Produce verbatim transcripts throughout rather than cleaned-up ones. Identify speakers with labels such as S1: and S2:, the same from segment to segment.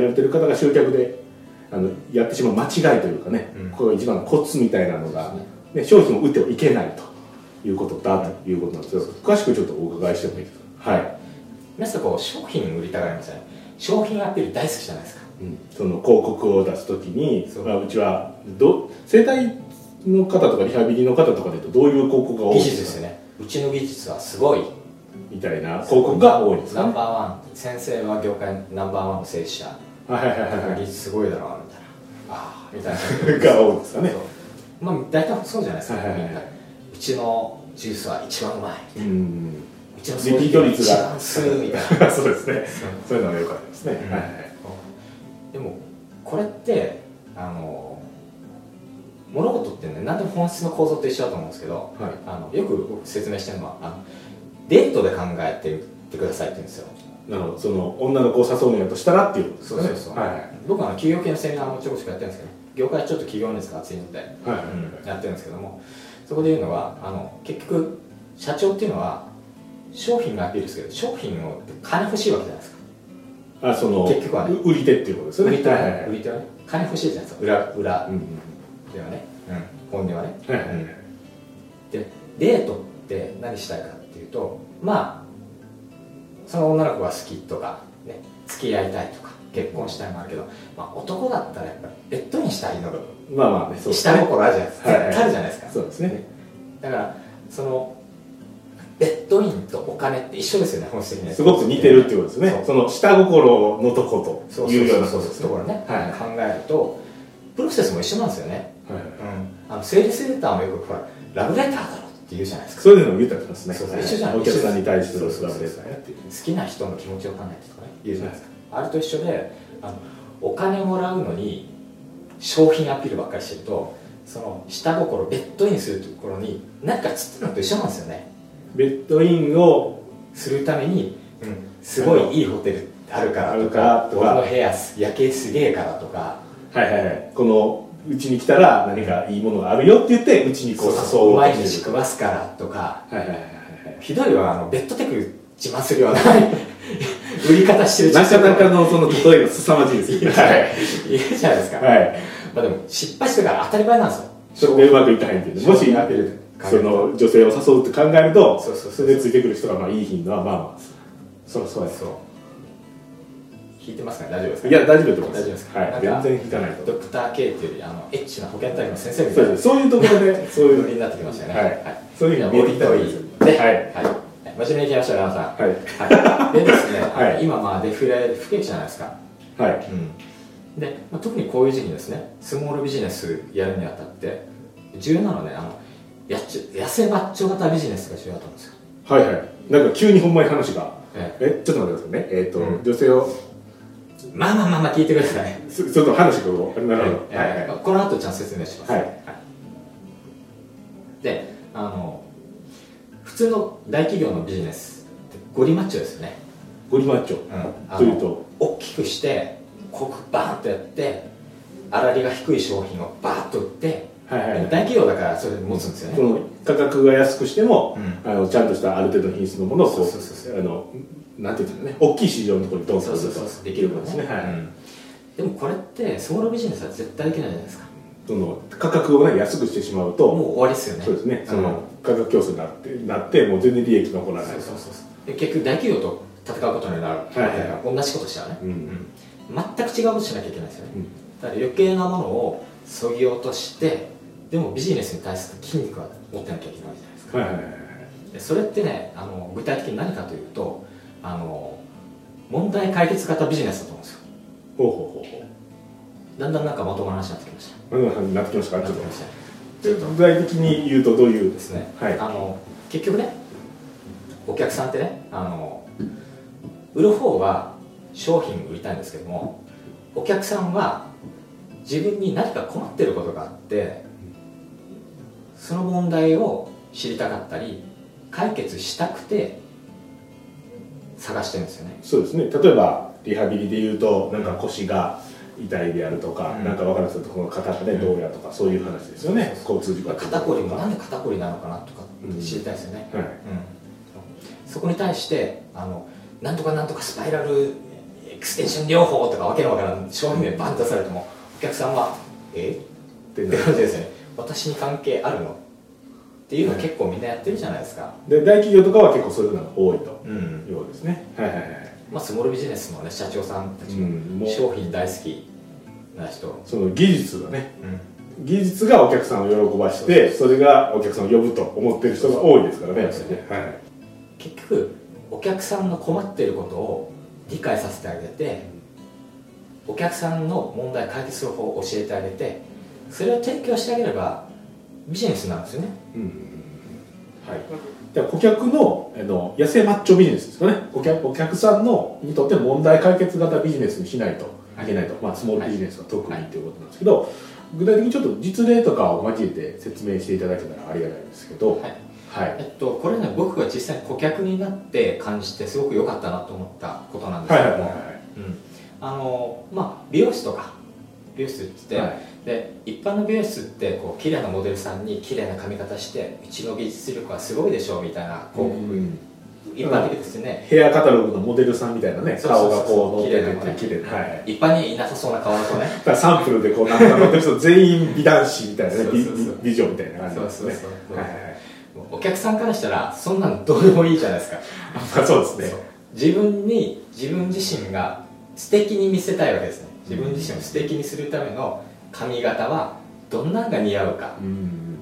S1: られてる方が集客であのやってしまう間違いというかね、うん、これが一番のコツみたいなのが、ね、商品を売ってはいけないということだということなんですけど、詳しくちょっとお伺いしてもいいですか。はい。
S2: 皆さんこう商品売りたがりますよね。商品アピール大好きじゃないですか。
S1: うん、その広告を出すときに、う, まあ、うちはど整体の方とかリハビリの方とかでいうとどういう広告が多いですか。
S2: 技術ですよね。うちの技術はすごい
S1: みたいな広告が多いですね。
S2: ナンバーワン、先生は業界ナンバーワンの製紙者、
S1: はいはいはいはい、
S2: 技術すごいだろうみたいな、ああみたい
S1: なが多いですかね。
S2: まあ大体そうじゃないですか、
S1: はいはいはい、
S2: うちのジュースは一番うまい、うん、うちの
S1: リピート率が
S2: 一番吸うみたいな
S1: そうですね、そういうのが良かったですね、うん、はいはい、
S2: でもこれってあの物事ってね、何でも本質の構造と一緒だと思うんですけど、はい、あのよく僕説明してるのはあのデートで考えてみてくださいって言うんですよ。
S1: なるほど、その女の子を誘うんやとしたらっていうことですね。そうそうそう、はい、
S2: 僕は企業系のセミナーもちょこちょこやってるんですけど、業界ちょっと企業熱が熱いので、はいはいはい、うん、やってるんですけども、そこで言うのはあの結局社長っていうのは商品がアピールするけど、商品を金欲しいわけじゃないですか。
S1: あ、その結局は、ね、売り手っていうことですよね。売り手は、はいはいはい、売り手はね、金欲しいじゃないですか。裏裏、うんうん、ではね、うん、本音はね、はいはいはい、でデートって何したいかっていうと、まあその女の子が好きとか、ね、付き合いたいとか結婚したいもあるけど、まあ、男だったらやっぱりベッドインしたいのが、まあまあね、そうですね、下心あるじゃないですか、絶対あるじゃないですか。 そうですね。
S2: だからそのベッドインとお金って一緒ですよね、本質的に。
S1: すごく似てるっていうことですね。その下心のとこというようなことですね。
S2: ところね、はい、考えるとプロセスも一緒なんですよね。はい、うん、あのセールスレターもよくほらラブレターだろって言うじゃないですか。
S1: そういうのも言ったりしますね。
S2: そうそう、一緒じゃない。
S1: お客さんに対してのラブレターやっていう。
S2: 好きな人の気持ちを考えてとかね言うじゃないですか。あれと一緒で、あのお金もらうのに商品アピールばっかりしてると、その下心ベッドインするところに何かつってるのと一緒なんですよね。ベッドインをするために、うん、すごいいいホテルあるからとか、僕の部屋夜景すげえからとか、
S1: はいはいはい、このうちに来たら何かいいものがあるよって言ってうちにこう誘う、
S2: うまい飯食わすからとか、はいはいはいはい、ひどいはあのベッドテク自慢するような売り方してる
S1: なかなかのその例えが凄まじいですよね。はい、
S2: いるじゃないですか。はい、まあでも失敗してから当たり前なんですよ。
S1: それでうまくいかないんで、もしその女性を誘うって考えると、そうそうそう、それでついてくる人がまあいい品のはまあまあそりゃそうです。そう
S2: 聞いてますかね、大丈夫ですか。
S1: いや大丈夫だと思います。
S2: 大丈夫ですか。
S1: はい、全然聞かないと。
S2: ドクター K っていうあのエッチな保健体の先生みたいな、
S1: そういうところでそういう
S2: ノリになってきましたよね。
S1: はい、そういうふうに見えてきたわけですよ。
S2: はいはい、真面目にいきましょう、山さん。はい。でですね、今まあデフレ不景気じゃないですか。はい。うん。で特にこういう時期にですね、スモールビジネスやるにあたって重要なのはね、あのやっち痩せマッチョ型ビジネスが重要だと思うんですよ。
S1: はいはい。なんか急にほんまに話が、ええちょっと待ってくださいね。えっと、うん、女性を
S2: まあまあまあまあ聞いてください。
S1: ちょっと話がこうなるほど。
S2: はいはい。この後ちゃんと説明します。はい。はい、で、あの普通の大企業のビジネスってゴリマッチョですよね。
S1: ゴリマッチョ。うん。というと
S2: 大きくして広告バーンとやって粗利が低い商品をバーッと売って。はいはいはい、大企業だからそれで持つんですよね。
S1: その価格が安くしても、うん、あのちゃんとしたある程度品質のものをこう、あのなんていうんですかね、大きい市場のところにドンと
S2: できることですね。はい、うん、でもこれってスモールビジネスは絶対できないじゃないですか。
S1: その価格をね安くしてしまうと
S2: もう終わりですよね。
S1: そうですね。その価格競争になってなってもう全然利益が起こらない。そうそうそう
S2: で結局大企業と戦うことになる。はいはいはい、同じことしたらね、うんうん、全く違うことしなきゃいけないですよね。うん、だから余計なものを削ぎ落としてでもビジネスに対する筋肉は持ってなきゃいけないじゃないですか。はいはいはいはい、でそれってね、あの具体的に何かというとあの問題解決型ビジネスだと思うんですよ。ほうほうほうほう。だんだんなんかまともな話になってきました。
S1: なってきましたか。ちょっと具体的に言うとどういう
S2: ですね、はい、あの結局ねお客さんってねあの売る方は商品売りたいんですけども、お客さんは自分に何か困ってることがあってその問題を知りたかったり解決したくて探してるんですよね。
S1: そうですね。例えばリハビリでいうとなんか腰が痛いであるとか、うん、なんか分からないとこの肩がねどうやとか、うん、そういう話ですよね。交通事故
S2: 肩こりもなんで肩こりなのかなとか知りたいですよね。うんはいうん、そこに対してあのなんとかなんとかスパイラルエククステンション療法とかわけのわからん商品名バンと出されてもお客さんはえって感じですよね。私に関係あるのっていうのを結構みんなやってるじゃないですか。
S1: で大企業とかは結構そういうのが多いと、うん、ようですね。はいはいはい。
S2: まあスモールビジネスのね社長さんたちも商品大好きな人、
S1: その技術がね、うん、技術がお客さんを喜ばしてそれがお客さんを呼ぶと思ってる人が多いですからね。やっぱりね、はい、
S2: 結局お客さんの困っていることを理解させてあげて、お客さんの問題解決する方法を教えてあげて、それを提供してあげればビジネスなんですよね。うん、
S1: はい。では顧客のあの痩せマッチョビジネスですかね。お客お客さんのにとっての問題解決型ビジネスにしないといけないと、はい、まあスモールビジネスは特にということなんですけど、はい、具体的にちょっと実例とかを交えて説明していただけたらありがたいんですけど。はい。はい、
S2: えっと、これね僕が実際に顧客になって感じてすごく良かったなと思ったことなんですけども、あのまあ美容室とか美容室って言って、はい、で一般の美容室ってこう綺麗なモデルさんに綺麗な髪型してうちの技術力はすごいでしょうみたいな広告、うん、一般的ですよね。
S1: ヘアカタログのモデルさんみたいなね、顔がこう
S2: 綺麗なね、綺麗な、はい、一般にいなさそうな顔だとね
S1: サンプルでこうなんか乗ってる人全員美男子みたいなね、美女みたいな感じですね。
S2: お客さんからしたらそんなのどうでもいいじゃないですか
S1: そうですね。
S2: 自分に自分自身が素敵に見せたいわけですね。自分自身を素敵にするための髪型はどんなのが似合うか、うん、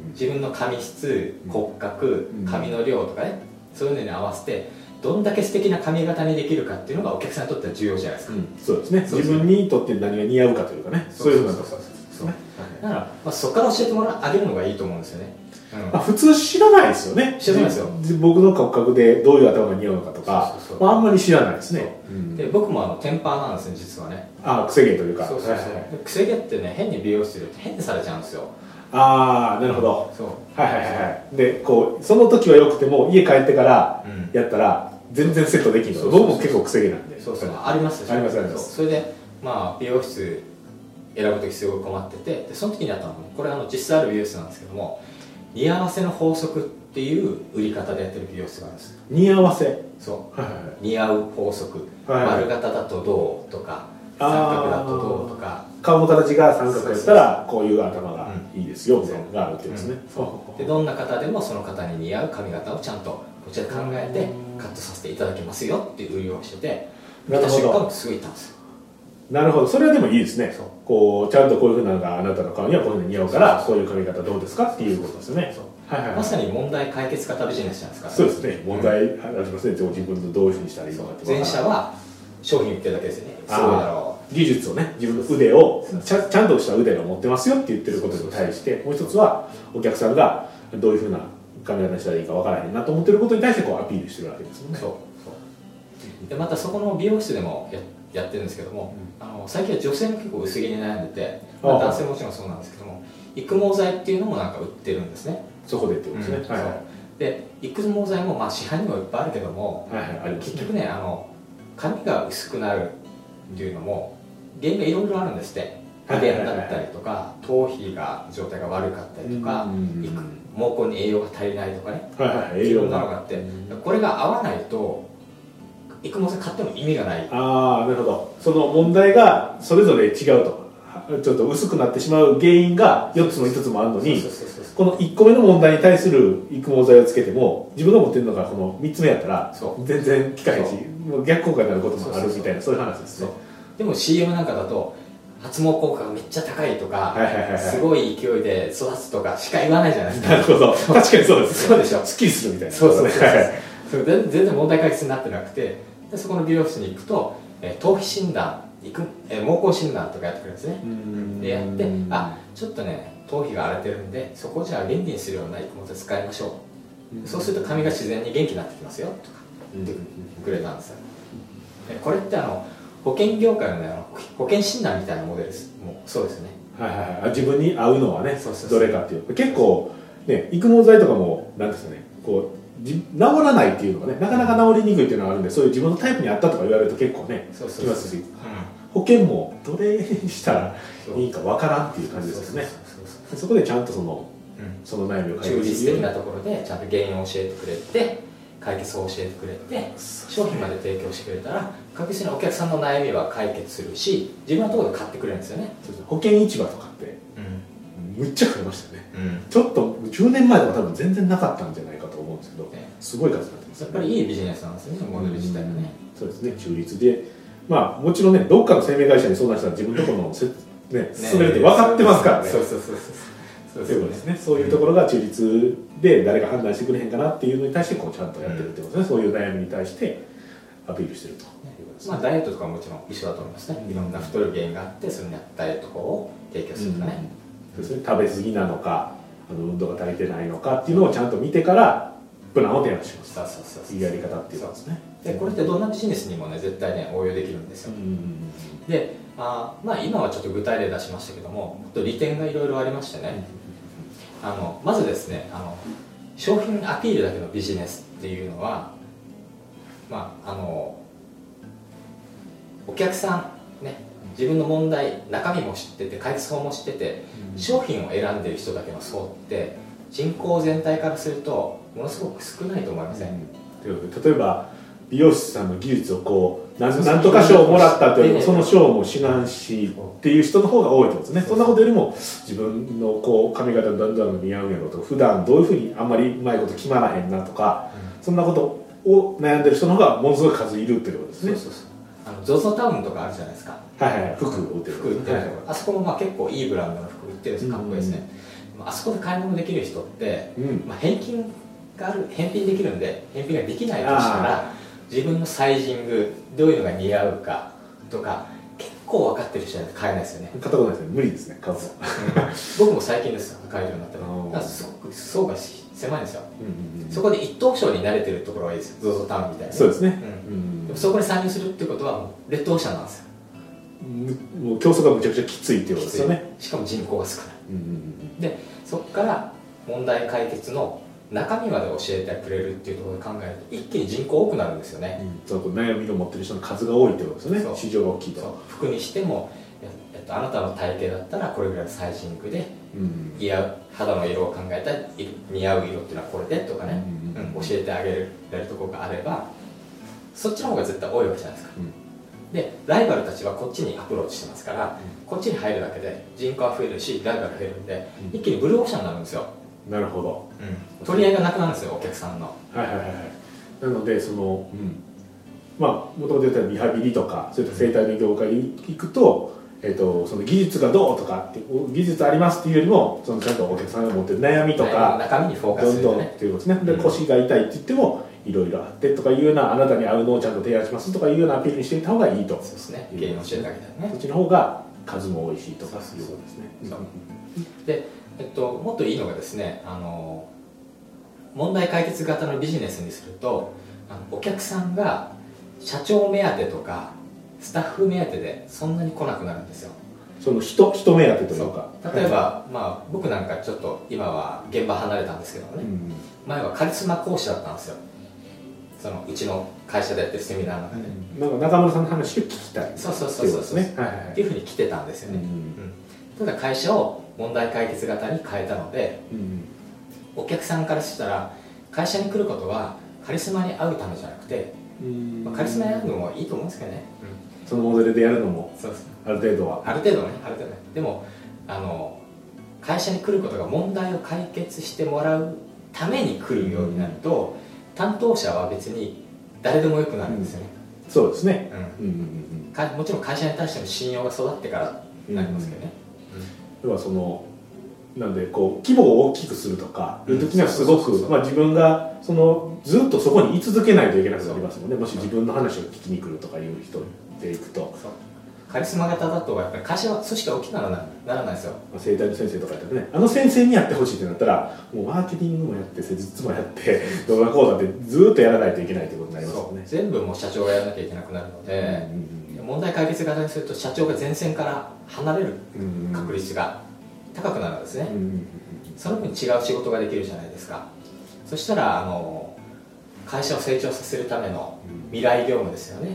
S2: 自分の髪質、骨格、髪の量とかね、そういうのに合わせてどんだけ素敵な髪型にできるかっていうのがお客さんにとっては重要じゃないですか。うん、
S1: そうですね。自分にとって何が似合うかというかね、そういうふうなところですね。
S2: だから、まあ、そこから教えてもらあげるのがいいと思うんですよね。
S1: うん、まあ普通知らないですよね。
S2: 知らないですよ。
S1: 僕の骨格でどういう頭が似合うのかとか、まあ、あんまり知らないですね。
S2: うん、で僕もあのテンパーなんですね、実はね。
S1: ああ、癖毛というか。
S2: そうそうそう。癖毛ってね、変に美容室で変にされちゃうんですよ。
S1: ああ、なるほど。そう。はいはいはい。で、こうその時は良くても家帰ってからやったら全然セットできるの。僕も結構癖毛なんで。
S2: そうそう。ありますでしょ。
S1: ありますあります。
S2: それでまあ美容室選ぶ時すごい困ってて、でその時にあったのこれあの実際ある美容室なんですけども。似合わせの法則っていう売り方でやってる美容室があるんです。
S1: 似合わせ、
S2: そう、はいはい、似合う法則、はいはい、丸型だとどうとか三角だとどうとか、
S1: 顔の形が三角だったらこういう頭がいいですよみたいなのがあるってですね。
S2: でどんな方でもその方に似合う髪型をちゃんとこちらで考えてカットさせていただけますよっていう売りをしてて、見た瞬間すごいいたんですよ。
S1: なるほど、それはでもいいですね。こうちゃんとこういうふうなのがあなたの顔にはこういうの似合うからこういう髪型どうですかっていうことですよね。
S2: まさに問題解決型ビジネスじゃないですか。
S1: そうですね。問題ありますね。自分のどういうふうにしたらいいのかって。
S2: 前者は商品売ってるだけですよね。すごいだろ
S1: う。技術をね、自分の腕をちゃちゃんとした腕を持ってますよって言ってることに対して、もう一つはお客さんがどういうふうな髪型にしたらいいかわからへんなと思ってることに対してこうアピールしてるわけですよね。そう
S2: そう。でまたそこの美容室でもややってるんですけども、うん、あの最近は女性も結構薄毛に悩んでて、まあ、男性ももちろんそうなんですけども、育毛剤っていうのもなんか売ってるんですね。
S1: そこでってことですね。うん、はいはい、
S2: で育毛剤もまあ市販にもいっぱいあるけども、はいはい、結局ねあの髪が薄くなるっていうのも原因がいろいろあるんですって。不便だったりとか、頭皮が状態が悪かったりとか、毛根に栄養が足りないとかね、いろんなのがあって、これが合わないと育毛剤買っても意味がない。
S1: ああ、なるほど。その問題がそれぞれ違うと、ちょっと薄くなってしまう原因がよっつもいつつもあるのに、このいっこめの問題に対する育毛剤をつけても自分が持ってるのがこのみっつめやったら全然効かへんし、もう逆効果になることもあるみたいな、そういう話ですね。
S2: でも シーエム なんかだと発毛効果がめっちゃ高いとか、すごい勢いで育つとかしか言わないじゃないですか。
S1: なるほど、確かにそうです。
S2: そうでしょ。
S1: スッキリするみたいな。
S2: そうそうそう。全然問題解決になってなくて、でそこの美容室に行くと、えー、頭皮診断、いくえー、毛根診断とかやってくれるんですね。でやって、あ、ちょっとね頭皮が荒れてるんで、そこをじゃあ元気にするような育毛剤使いましょう。そうすると髪が自然に元気になってきますよとか言ってくれたんですよ。これってあの保険業界の、ね、保険診断みたいなモデルです。もうそうですよね。
S1: はいはいはい。自分に合うのはね、どれかっていう。結構ね、育毛剤とかもなんですかね、こう治らないっていうのがね、なかなか治りにくいっていうのがあるんで、そういう自分のタイプに合ったとか言われると結構ね、きますし、保険もどれにしたらいいかわからんっていう感じですよね。そこでちゃんとその、うん、その悩みを解決
S2: する。中立的なところでちゃんと原因を教えてくれて、 解決を教えてくれて商品まで提供してくれたら確実にお客さんの悩みは解決するし自分のところで買ってくれるんですよね。
S3: 保険市場とかって、うん、むっちゃ増えましたよね、うん、ちょっとじゅうねんまえとか多分全然なかったんじゃないかと思うんですけど、ね、すごい数になってます、ね、
S2: やっぱりいいビジネスなんですよねモデル自体がね、
S3: うん、そうですね中立でまあもちろんねどっかの生命会社に相談したら自分のところのせ、ね、進めるって分かってますからね。そうそうそうそうそういうことですね。そういうところが中立で誰が判断してくれへんかなっていうのに対してこうちゃんとやってるってことですね、うん、そういう悩みに対してアピールしてるということですね。
S2: まあダイエットとかももちろん一緒だと思いますね、うん、いろんな太る原因があってそれに合ったダイエット法を提供するとかね、
S3: うん、そうですね。食べ過ぎなのかあの運動が足りてないのかっていうのをちゃんと見てからプランを提案します。そうそうそうそういいやり方っていうことですね。
S2: でこれってどんなビジネスにもね絶対ね応用できるんですよ、うん、であまあ今はちょっと具体例出しましたけどももっと利点がいろいろありましてね、うん、あのまずですねあの商品アピールだけのビジネスっていうのはまああのお客さんね自分の問題中身も知ってて解決法も知ってて、うん、商品を選んでる人だけの層って人口全体からするとものすごく少ないと思いません、うん、
S3: 例えば美容師さんの技術をこうなんなんとか賞をもらったっていうその賞も志願しっていう人の方が多いってことですね。そんなことよりも自分のこう髪型だんだん似合うんやろとか普段どういうふうにあんまりうまいこと決まらへんなとか、うん、そんなことを悩んでる人の方がものすごい数いるっていうことですね。そうそうそう。
S2: あの ゾゾ タウンとかあるじゃないですか。
S3: はいはい、服売ってる
S2: 服売ってる、はい、あそこもまあ結構いいブランドの服売ってるんです。かっこいいですね、うん、あそこで買い物できる人って、うんまあ、返金がある返品できるんで返品ができないとしたら自分のサイジングどういうのが似合うかとか結構分かってる人じゃないと買えないですよね。
S3: 買ったことないですね。無理ですね買うの
S2: 僕も最近です買えるようになったらだからすごく層が狭いんですよ、うんうんうん、そこで一等賞に慣れてるところがいいですよ ゾゾ タウンみたいな。
S3: そうですね、
S2: うん、でもそこに参入するってことはもうレッドオーシャンなんですよ。
S3: もう競争がむちゃくちゃきついっていうことですよね。
S2: しかも人口が少ない、うんうんうん、でそこから問題解決の中身まで教えてくれるっていうところで考えると一気に人口多くなるんですよね、
S3: うん、そう悩みを持ってる人の数が多いってことですよね。市場が大きいと。
S2: そう服にしても、えっと、あなたの体型だったらこれぐらいのサイジングで、うん、似合う肌の色を考えたら似合う色っていうのはこれでとかね、うんうんうん、教えてあげるところがあればそっちの方が絶対多いわけじゃないですか、うん、でライバルたちはこっちにアプローチしてますから、うん、こっちに入るだけで人口は増えるしライバルが増えるんで、うん、一気にブルーオーシャンになるんですよ。
S3: なるほど、
S2: うん、取り合いがなくなるんですよお客さんの。
S3: はいはいはい。なのでその、うん、まあもともと言ったリハビリとかそういった整体の業界に行くと、えー、とその技術がどうとかって技術ありますっていうよりもそのちゃんとお客さんが持ってる悩みとか
S2: 中身にフォーカスする、ね、
S3: どんどんっていうことですね。で腰が痛いって言ってもいろいろあってとかいうようなあなたに合うのをちゃんと提案しますとかいうようなアピールにしていた方がいいと。
S2: そうですね。原因を教えてあげたいね。
S3: そっちの方が数も多いしとかいうことですね。
S2: そうで、えっと、もっといいのがですねあの問題解決型のビジネスにするとあのお客さんが社長目当てとかスタッフ目当てでそんなに来なくなるんですよ。
S3: その 人, 人目当てというか
S2: 例えば、はいまあ、僕なんかちょっと今は現場離れたんですけどね、うん、前はカリスマ講師だったんですよ。そのうちの会社でやってるセミナーの中で、
S3: うん、なんか中村さんの話を聞きたい
S2: そうそうそうそうそう、ねはいはい、っていうふうに来てたんですよね、うんうん、ただ会社を問題解決型に変えたので、うん、お客さんからしたら会社に来ることはカリスマに会うためじゃなくて、うんまあ、カリスマに会うのもいいと思うんですけどね、
S3: うん、そのモデルでやるのもそうですある程度は
S2: ある程度ねある程度ねでもあの会社に来ることが問題を解決してもらうために来るようになると、うん、担当者は別に誰でもよくなるんですよね、
S3: うん、そうですね、
S2: うんうんうんうん、もちろん会社に対しての信用が育ってからになりますけどね、
S3: うんうん、要はそのなんでこう規模を大きくするとかいう時にはすごく、うんまあ、自分がそのずっとそこに居続けないといけなくなりますもんね。もし自分の話を聞きに来るとかいう人でいくと
S2: カリスマ型だとやっぱり会社は組織が大きくならない、ならないですよ。
S3: 整体の先生とかやったらねあの先生にやってほしいってなったらもうマーケティングもやって施術もやって動画講座ってずっとやらないといけないということになりますよね。
S2: 全部もう社長がやらなきゃいけなくなるので、うんうん、問題解決型にすると社長が前線から離れる確率が高くなるんですね、うんうんうん、その分違う仕事ができるじゃないですか。そしたらあの会社を成長させるための未来業務ですよね。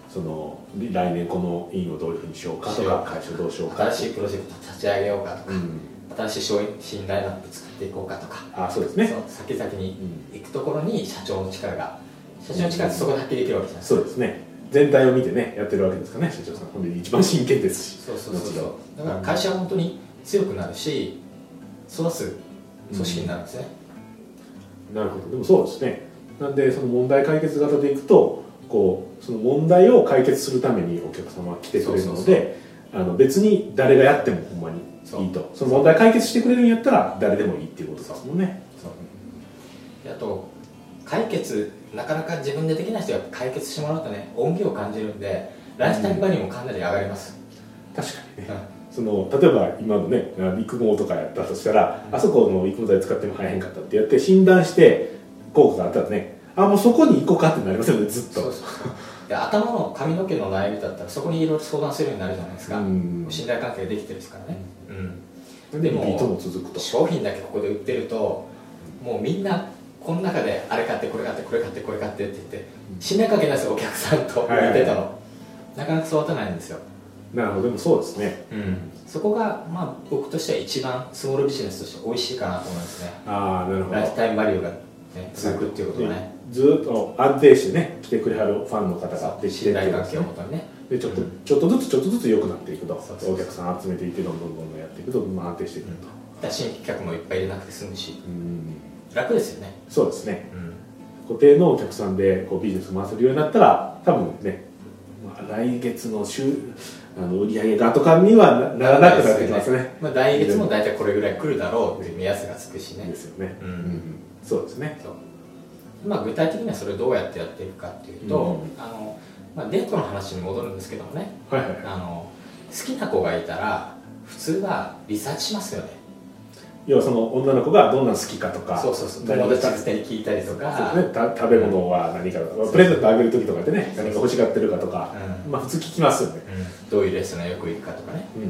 S3: その来年この院をどういうふうにしようかとか会社どうしようか、
S2: 新しいプロジェクト立ち上げようかとか、うん、新しい商品ラインナップ作っていこうかとか、
S3: あそうですね、
S2: 先々に行くところに社長の力が、社長の力ってそこで発揮できるわけじゃないですか。
S3: そうですね、全体を見てねやってるわけですからね、社長さんほんで一番真剣ですし、
S2: そうそうそうそう、だから会社は本当に強くなるし育つ組織になるんですね、
S3: うん、なるほど。でもそうですね、なんでその問題解決型でいくとこうその問題を解決するためにお客様は来てくれるので、あの別に誰がやってもほんまにいいと、その問題解決してくれるんやったら誰でもいいっていうことですもんね。
S2: そうそう、あと解決なかなか自分でできない人が解決してもらうとね恩義を感じるんでライフタイムバリューもかなり上がります、
S3: うん、確かにね、うん、その例えば今のね育毛とかやったとしたら、うん、あそこの育毛剤使っても入らへんかったってやって診断して効果があったらね、あもうそこに行こうかってなりますよね、ずっと。そうそう
S2: で頭の髪の毛の悩みだったらそこにいろいろ相談するようになるじゃないですか、うん、信頼関係ができてるですからね、
S3: うん、でも
S2: 商品だけここで売ってるともうみんなこの中であれ買ってこれ買ってこれ買ってこれ買ってって言って信頼関係ないですよ、お客さんと売ってたの、なかなか育たないんですよ。
S3: なるほど、でもそうですね、
S2: うん、そこがまあ僕としては一番スモールビジネスとして美味しいかなと思いますね。
S3: ああ、なるほど。
S2: ライフタイムバリューが、ね、続くっていうことがね、
S3: ずっと安定してね来てくれはるファンの方ができて
S2: 信頼関係をもとにね、
S3: でちょっと、うん、ちょっとずつちょっとずつ良くなっていくと、お客さん集めていってどんどんどんどんやっていくと、まあ、安定してくると、
S2: うん、新規客もいっぱい入れなくて済むし、うん、楽ですよね。
S3: そうですね、うん、固定のお客さんでこうビジネス回せるようになったら多分ね、まあ、来月の週あの売上がとかにはならなくなってきますね。
S2: まあ、来月も大体これぐらい来るだろうっていう目安がつくしね。
S3: ですよね、うんうん、そうですね。そう、
S2: まあ、具体的にはそれをどうやってやっていくかっていうと、うん、あのまあ、デートの話に戻るんですけどもね、はいはい、あの好きな子がいたら普通はリサーチしますよね。
S3: 要はその女の子がどんな好きかとか、
S2: そうそうそう、友達づてに聞いたりとか、
S3: そうですね、食べ物は何かとか、うん、プレゼントあげる時とかでね、何が欲しがってるかとか、うん、まあ普通聞きますよね、
S2: うん、どういうレストランよく行くかとかね、うんうん、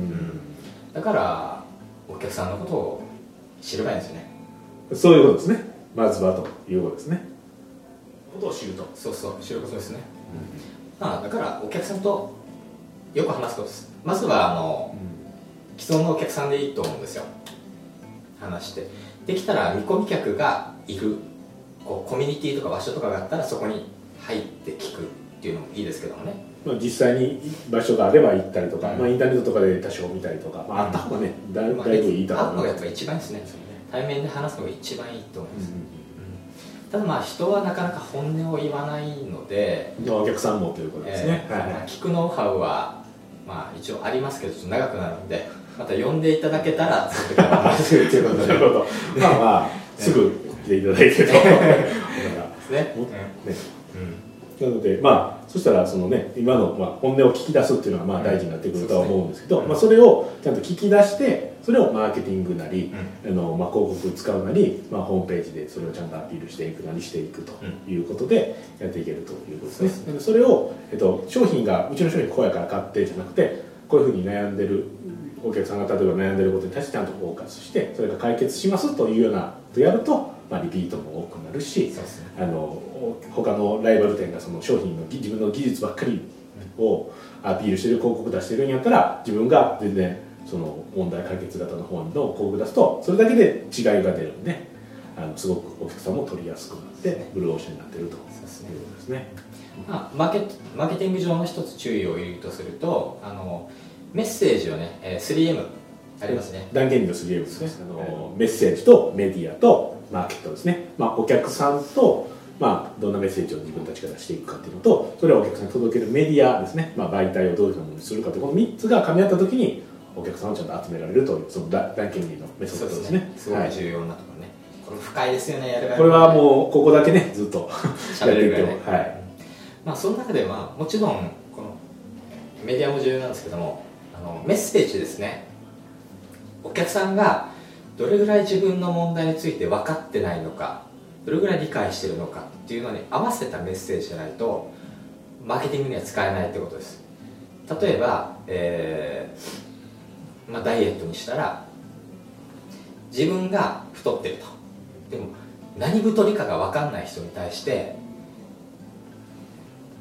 S2: だからお客さんのことを知ればいいんですよね。
S3: そういうことですね、まずはということですね。ことを知ると、
S2: そうそう、知ることですね、うん、まあ、だからお客さんとよく話すことです。まずはあの、うん、既存のお客さんでいいと思うんですよ。話してできたら見込み客がいるこうコミュニティとか場所とかがあったらそこに入って聞くっていうのもいいですけどもね、
S3: まあ、実際に場所があれば行ったりとか、うん、まあ、インターネットとかで多少見たりとか、まあ、あった方がね、うん、だ, だいぶいいと思います。
S2: 会うのがやっぱ一番いいですね。対面で話すのが一番いいと思います、うんうん、ただまあ人はなかなか本音を言わないので、
S3: お客さんもということですね、
S2: えーはいはい、聞くノウハウはまあ一応ありますけどちょっと長くなるのでまた呼んでいただけたらそれから話すっていうことでなるほど、
S3: まあまあすぐ来ていただいてとですね、ね、うん、なのでまあそしたらそのね今のまあ本音を聞き出すっていうのはまあ大事になってくるとは思うんですけど、うん、まあ、それをちゃんと聞き出してそれをマーケティングなり、うん、あのまあ広告使うなり、まあ、ホームページでそれをちゃんとアピールしていくなりしていくということでやっていけるということですね。うん、それを、えっと、商品がうちの商品こうやから買ってじゃなくてこういうふうに悩んでるお客さんが例えば悩んでることに対してちゃんとフォーカスしてそれが解決しますというようなことをやると、まあ、リピートも多くなるし、あの他のライバル店がその商品の自分の技術ばっかりをアピールしてる広告出してるんやったら自分が全然その問題解決型の方の広告出すとそれだけで違いが出るんで、あのすごくお客さんも取りやすくなってブルーオーシャンになってるということですね。
S2: まあ、マーケマーケティング上の一つ注意を入れるとするとあのメッセージをね、えー、スリーエム ありますね。
S3: 断言の スリーエム ですね。あのメッセージとメディアとマーケットですね。まあ、お客さんと、まあ、どんなメッセージを自分たちが出していくかっていうのとそれをお客さんに届けるメディアですね、まあ、媒体をどういうふうなものにするかというこのみっつが噛み合った時にお客さんをちゃんと集められるというその断言のメソッドですね。
S2: すごい重要なところね、はい、これ深いですよね。やる
S3: これはもうここだけねずっと
S2: 喋れるぐらいね、はい、まあ、その中ではもちろんこのメディアも重要なんですけどもあのメッセージですね。お客さんがどれぐらい自分の問題について分かってないのかどれぐらい理解してるのかっていうのに合わせたメッセージじゃないとマーケティングには使えないってことです。例えば、えーまあ、ダイエットにしたら自分が太ってるとでも何太りかが分かんない人に対して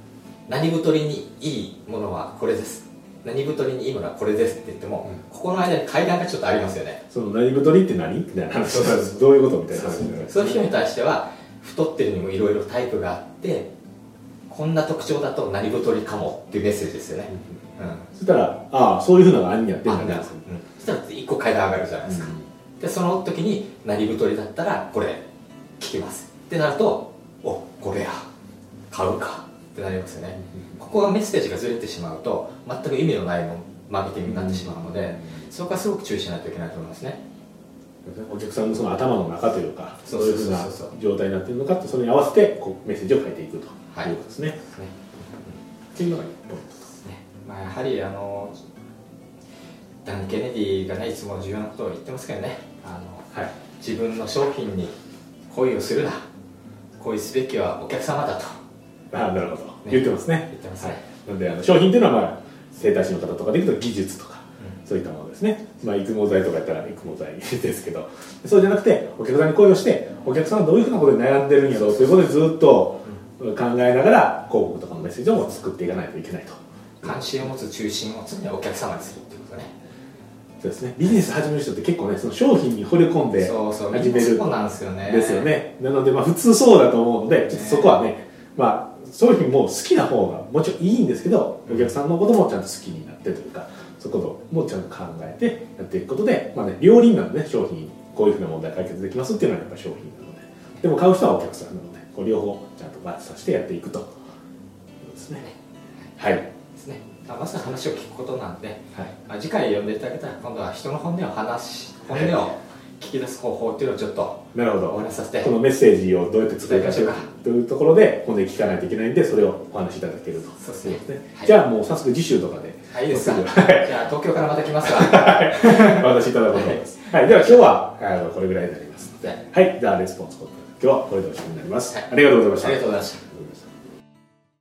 S2: 何太りにいいものはこれです、何太りにいいものはこれですって言っても、うん、ここの間に階段がちょっとありますよね。
S3: その何太りって何みたいな話、どういうことみたいな話じゃないですか。
S2: そういう人に対しては太ってるにもいろいろタイプがあって、こんな特徴だと何太りかもっていうメッセージですよね。うんうん、
S3: そしたら、ああそういうふうなのが兄にやってるんだね。
S2: そしたらいっこ階段上がるじゃないですか。うん、でその時に何太りだったらこれ聞きますってなると、おこれや買うかってなりますよね。うん、ここがメッセージがずれてしまうと全く意味のないマーケティングになってしまうので、うん、そこはすごく注意しないといけないと思いますね。
S3: お客さんのその頭の中というか、そういうふうな状態になっているのかって、それに合わせてこうメッセージを変えていくということですね。はい、っていうのがポイントですね。
S2: まあ、やはりあのダン・ケネディがねいつも重要なことを言ってますけどね、あの、はい、自分の商品に恋をするな、恋すべきはお客様だと。
S3: ああなるほど、ね、言ってますね。
S2: 言ってますね。はい、
S3: なのであの商品っていうのは、まあ、整体師の方とかでいくと技術とか、うん、そういったものですね。まあ、育毛剤とかやったら育毛剤ですけど、そうじゃなくてお客さんに恋をして、お客さんはどういうふうなことで悩んでるんやろうということでずっと考えながら広告とかのメッセージを作っていかないといけないと。
S2: 関心を持つ中心を常にお客様にするっていうことね。
S3: そうですね。ビジネス始める人って結構ね、その商品に惚れ込んで始める。
S2: そうなんですよね。
S3: ですよね。なのでまあ普通そうだと思うので、ちょっとそこはね、まあ商品も好きな方がもちろんいいんですけど、お客さんのこともちゃんと好きになってというか、そこもちゃんと考えてやっていくことで、まあね、両輪なので、ね、商品こういうふうな問題解決できますっていうのはやっぱり商品なので、でも買う人はお客さんなので、こう両方ちゃんとバッチさせてやっていくということですね。はい。
S2: ですね。まず話を聞くことなんで、はい、まあ、次回読んでいただけたら今度は人の本音を話本音を聞き出す方法っていうのをちょっと
S3: なるほど
S2: お話しさせて、
S3: このメッセージをどうやって伝えかというところで本音聞かないといけないんで、それをお話しいただけると。
S2: そうですね。
S3: はい、じゃあもう早速次週とかで、
S2: はい、いいですか。じゃあ東京からまた来ますわ。
S3: お話しいただこうと思います。はい、では今日はあのこれぐらいになりますので、はい、じゃあレスポンスコード今日はこれでおしまいになります。はい、ありがとうございました。
S2: ありがとうございました。